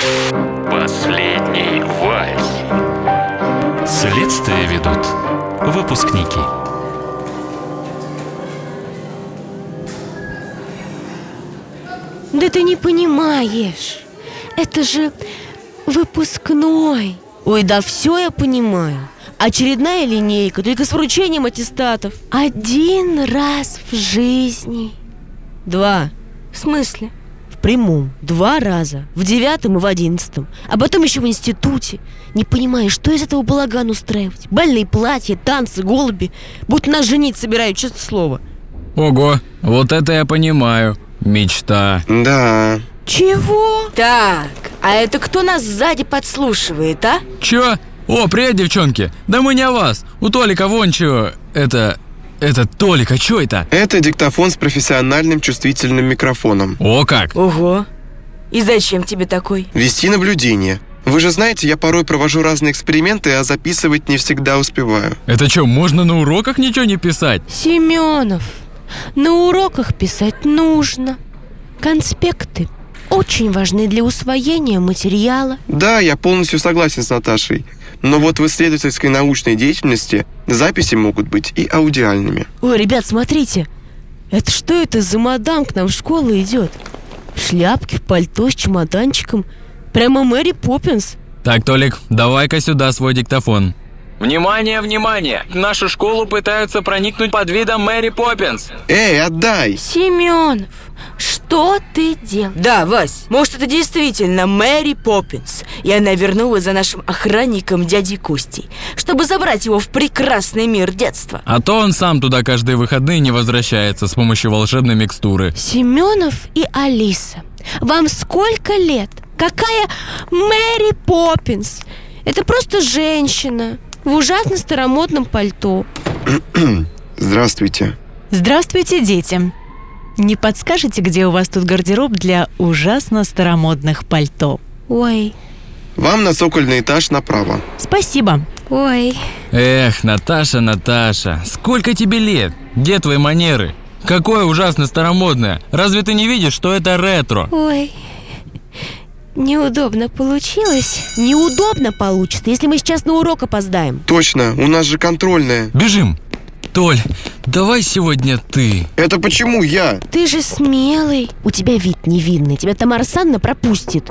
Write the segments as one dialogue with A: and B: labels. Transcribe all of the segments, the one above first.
A: Последний вальс. Следствие ведут выпускники.
B: Да ты не понимаешь, это же выпускной.
C: Ой, да все я понимаю. Очередная линейка, только с вручением аттестатов.
B: Один раз в жизни.
C: 2.
B: В смысле?
C: В прямом. 2 раза. В 9 и в 11. А потом еще в институте. Не понимаешь, что из этого балаган устраивать? Бальные платья, танцы, голуби. Будто нас женить собирают, честное слово.
D: Ого, вот это я понимаю. Мечта.
E: Да.
B: Чего?
F: Так, а это кто нас сзади подслушивает, а?
D: Чё? О, привет, девчонки. Да мы не о вас. У Толика вон чё. Это Толик, а чё это?
E: Это диктофон с профессиональным чувствительным микрофоном.
D: О, как?
F: Ого. И зачем тебе такой?
E: Вести наблюдение. Вы же знаете, я порой провожу разные эксперименты, а записывать не всегда успеваю.
D: Это чё, можно на уроках ничего не писать?
B: Семенов, на уроках писать нужно. Конспекты очень важны для усвоения материала.
E: Да, я полностью согласен с Наташей. Но вот в исследовательской научной деятельности записи могут быть и аудиальными.
C: Ой, ребят, смотрите. Это что это за мадам к нам в школу идет? В шляпке, в пальто, с чемоданчиком. Прямо Мэри Поппинс.
D: Так, Толик, давай-ка сюда свой диктофон. Внимание, внимание! В нашу школу пытаются проникнуть под видом Мэри Поппинс.
E: Эй, отдай!
B: Семенов, что ты делаешь?
F: Да, Вась, может, это действительно Мэри Поппинс, и она вернулась за нашим охранником дядей Костей, чтобы забрать его в прекрасный мир детства.
D: А то он сам туда каждые выходные не возвращается с помощью волшебной микстуры.
B: Семенов и Алиса, вам сколько лет? Какая Мэри Поппинс? Это просто женщина в ужасно старомодном пальто.
E: Здравствуйте.
G: Здравствуйте, дети. Не подскажете, где у вас тут гардероб для ужасно старомодных пальто?
B: Ой,
E: Вам на цокольный этаж направо.
G: Спасибо.
B: ой.
D: Эх, Наташа, сколько тебе лет? Где твои манеры? Какое ужасно старомодное. Разве ты не видишь, что это ретро?
B: Ой, неудобно получилось.
C: Неудобно получится, если мы сейчас на урок опоздаем.
E: Точно, у нас же контрольная.
D: Бежим. Толь, давай сегодня ты.
E: Это почему я?
B: Ты же смелый.
C: У тебя вид невинный, тебя Тамара Санна пропустит.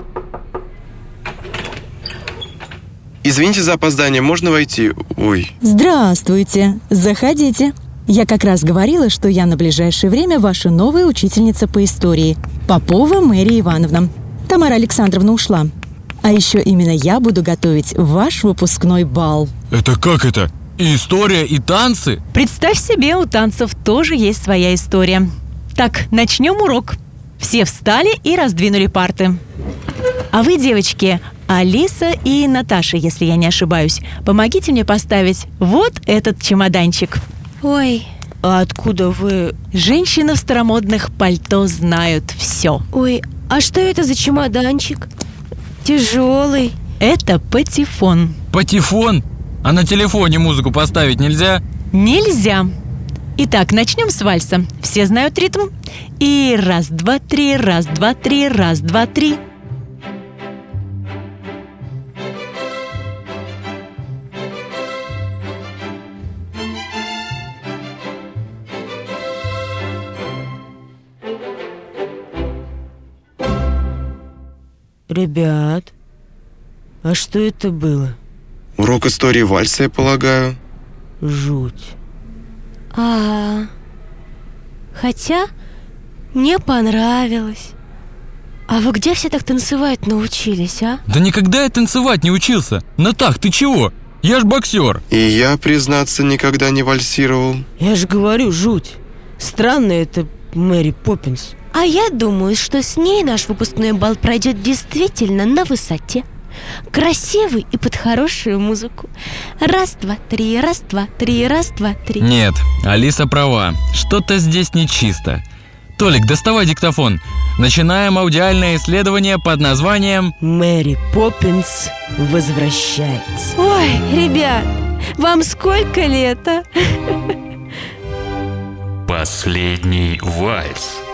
E: Извините за опоздание, можно войти? Ой.
G: Здравствуйте. Заходите. Я как раз говорила, что я на ближайшее время ваша новая учительница по истории. Попова Мария Ивановна. Тамара Александровна ушла. А еще именно я буду готовить ваш выпускной бал.
D: Это как это? И история, и танцы?
G: Представь себе, у танцев тоже есть своя история. Так, начнем урок. Все встали и раздвинули парты. А вы, девочки, Алиса и Наташа, если я не ошибаюсь, помогите мне поставить вот этот чемоданчик.
B: Ой,
C: А откуда вы?
G: Женщины в старомодных пальто знают все.
B: ой, а что это за чемоданчик? Тяжелый.
G: Это патефон.
D: Патефон? А на телефоне музыку поставить нельзя?
G: Нельзя. Итак, начнем с вальса. Все знают ритм? И раз, два, три, раз, два, три, раз, два, три.
C: Ребят, а что это было?
E: Урок истории вальса, я полагаю.
C: Жуть.
B: Хотя мне понравилось. А вы где все так танцевать научились, а?
D: Да никогда я танцевать не учился. Натах, ты чего? Я ж боксер.
E: И я, признаться, никогда не вальсировал.
C: Я же говорю, жуть. Странно это Мэри Поппинс.
B: А я думаю, что с ней наш выпускной бал пройдет действительно на высоте. Красивый и под хорошую музыку. Раз, два, три, раз, два, три, раз, два, три.
D: Нет, Алиса права. Что-то здесь нечисто. Толик, доставай диктофон. Начинаем аудиальное исследование под названием
C: Мэри Поппинс возвращается.
B: Ой, ребят, вам сколько лет, а?
A: Последний вальс.